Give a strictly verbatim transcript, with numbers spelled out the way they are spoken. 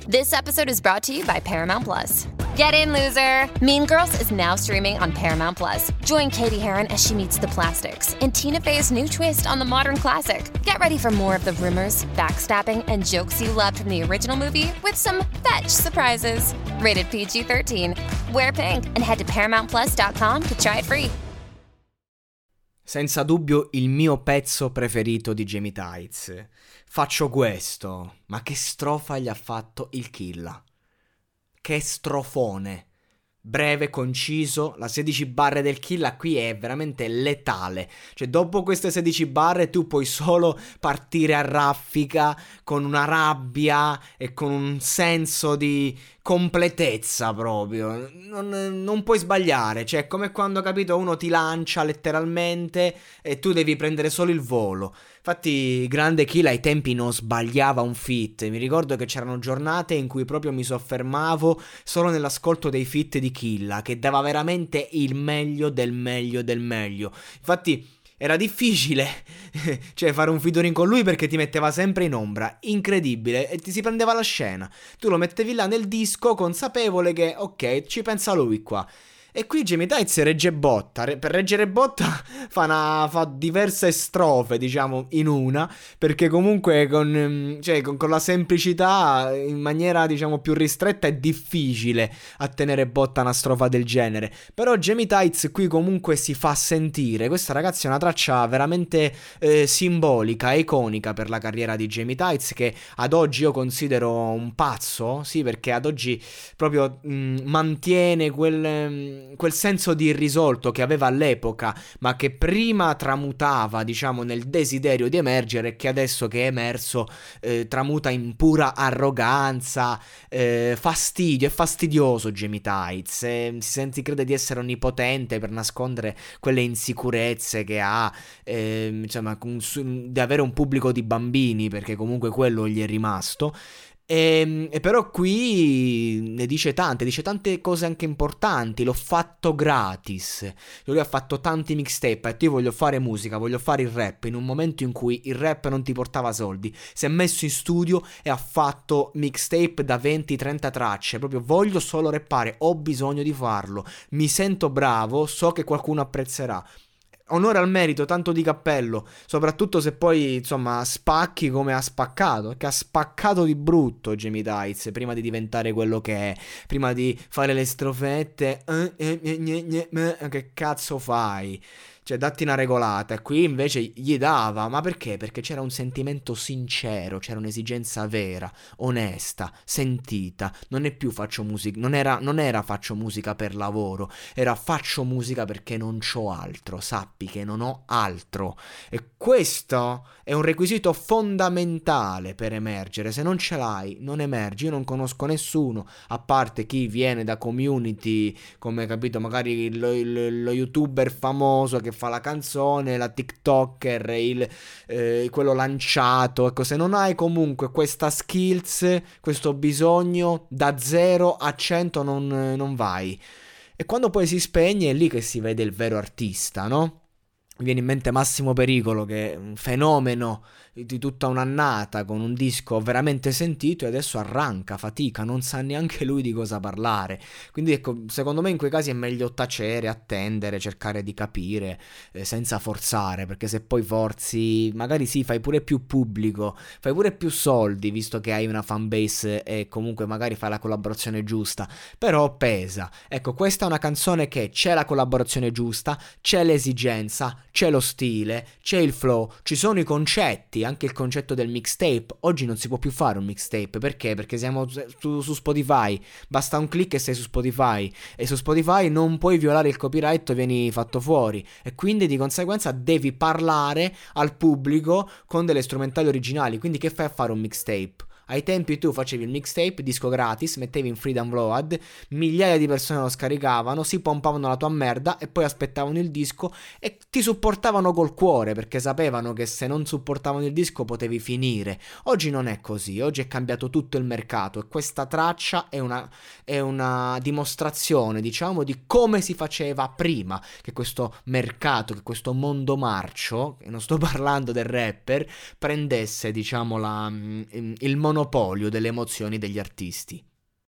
This episode is brought to you by Paramount Plus. Get in, loser! Mean Girls is now streaming on Paramount Plus. Join Katie Heron as she meets the plastics in Tina Fey's new twist on the modern classic. Get ready for more of the rumors, backstabbing, and jokes you loved from the original movie with some fetch surprises. Rated P G thirteen. Wear pink and head to paramount plus dot com to try it free. Senza dubbio il mio pezzo preferito di Jamie Tights. Faccio questo, ma che strofa gli ha fatto il Killa. Che strofone. Breve, conciso, la sedici barre del Killa qui è veramente letale. Cioè dopo queste sedici barre tu puoi solo partire a raffica con una rabbia e con un senso di completezza proprio. Non, non puoi sbagliare, cioè è come quando, capito, uno ti lancia letteralmente e tu devi prendere solo il volo. Infatti grande Killa ai tempi non sbagliava un feat. Mi ricordo che c'erano giornate in cui proprio mi soffermavo solo nell'ascolto dei feat di Killa, che dava veramente il meglio del meglio del meglio. Infatti era difficile cioè fare un featuring con lui perché ti metteva sempre in ombra, incredibile, e ti si prendeva la scena. Tu lo mettevi là nel disco consapevole che ok, ci pensa lui qua. E qui Jamie Tights regge botta. Re- per reggere botta fa, una, fa diverse strofe, diciamo, in una, perché comunque con, cioè, con, con la semplicità, in maniera, diciamo, più ristretta è difficile a tenere botta una strofa del genere. Però Jamie Tights qui comunque si fa sentire. Questa, ragazzi, è una traccia veramente eh, simbolica, iconica per la carriera di Jamie Tights, che ad oggi io considero un pazzo, sì, perché ad oggi proprio mh, mantiene quel... quel senso di irrisolto che aveva all'epoca, ma che prima tramutava, diciamo, nel desiderio di emergere, e che adesso che è emerso eh, tramuta in pura arroganza, eh, fastidio. È fastidioso Jamie Tights, eh, si sente, crede di essere onnipotente per nascondere quelle insicurezze che ha, eh, insomma, con, su, di avere un pubblico di bambini, perché comunque quello gli è rimasto. E, e però qui ne dice tante, dice tante cose anche importanti. L'ho fatto gratis. Lui ha fatto tanti mixtape. Ha detto: io voglio fare musica, voglio fare il rap. In un momento in cui il rap non ti portava soldi, si è messo in studio e ha fatto mixtape da venti trenta tracce. Proprio voglio solo rappare, ho bisogno di farlo, mi sento bravo, so che qualcuno apprezzerà. Onore al merito, tanto di cappello, soprattutto se poi, insomma, spacchi come ha spaccato, che ha spaccato di brutto Jamie Tights prima di diventare quello che è, prima di fare le strofette, eh, eh, eh, eh, eh, che cazzo fai? Cioè, datti una regolata. E qui invece gli dava. Ma perché? Perché c'era un sentimento sincero, c'era un'esigenza vera, onesta, sentita. Non è più faccio musica, non era, non era faccio musica per lavoro, era faccio musica perché non c'ho altro, sappi che non ho altro. E questo è un requisito fondamentale per emergere. Se non ce l'hai, non emergi. Io non conosco nessuno, a parte chi viene da community, come, capito, magari lo, lo, lo youtuber famoso che fa la canzone, la tiktoker, il, eh, quello lanciato. Ecco, se non hai comunque questa skills, questo bisogno, da zero a cento non, non vai. E quando poi si spegne è lì che si vede il vero artista, no? Mi viene in mente Massimo Pericolo, che è un fenomeno di tutta un'annata, con un disco veramente sentito, e adesso arranca, fatica, non sa neanche lui di cosa parlare. Quindi ecco, secondo me in quei casi è meglio tacere, attendere, cercare di capire, eh, senza forzare, perché se poi forzi, magari sì, fai pure più pubblico, fai pure più soldi, visto che hai una fanbase e comunque magari fai la collaborazione giusta, però pesa. Ecco, questa è una canzone che c'è la collaborazione giusta, c'è l'esigenza, c'è lo stile, c'è il flow, ci sono i concetti, anche il concetto del mixtape. Oggi non si può più fare un mixtape, perché? Perché siamo su, su Spotify, basta un click e sei su Spotify, e su Spotify non puoi violare il copyright o vieni fatto fuori, e quindi di conseguenza devi parlare al pubblico con delle strumentali originali. Quindi che fai a fare un mixtape? Ai tempi tu facevi il mixtape, disco gratis, mettevi in free download, migliaia di persone lo scaricavano, si pompavano la tua merda e poi aspettavano il disco e ti supportavano col cuore, perché sapevano che se non supportavano il disco potevi finire. Oggi non è così, oggi è cambiato tutto il mercato, e questa traccia è una, è una dimostrazione, diciamo, di come si faceva prima, che questo mercato, che questo mondo marcio, e non sto parlando del rapper, prendesse, diciamo, la, il monopolio monopolio delle emozioni degli artisti.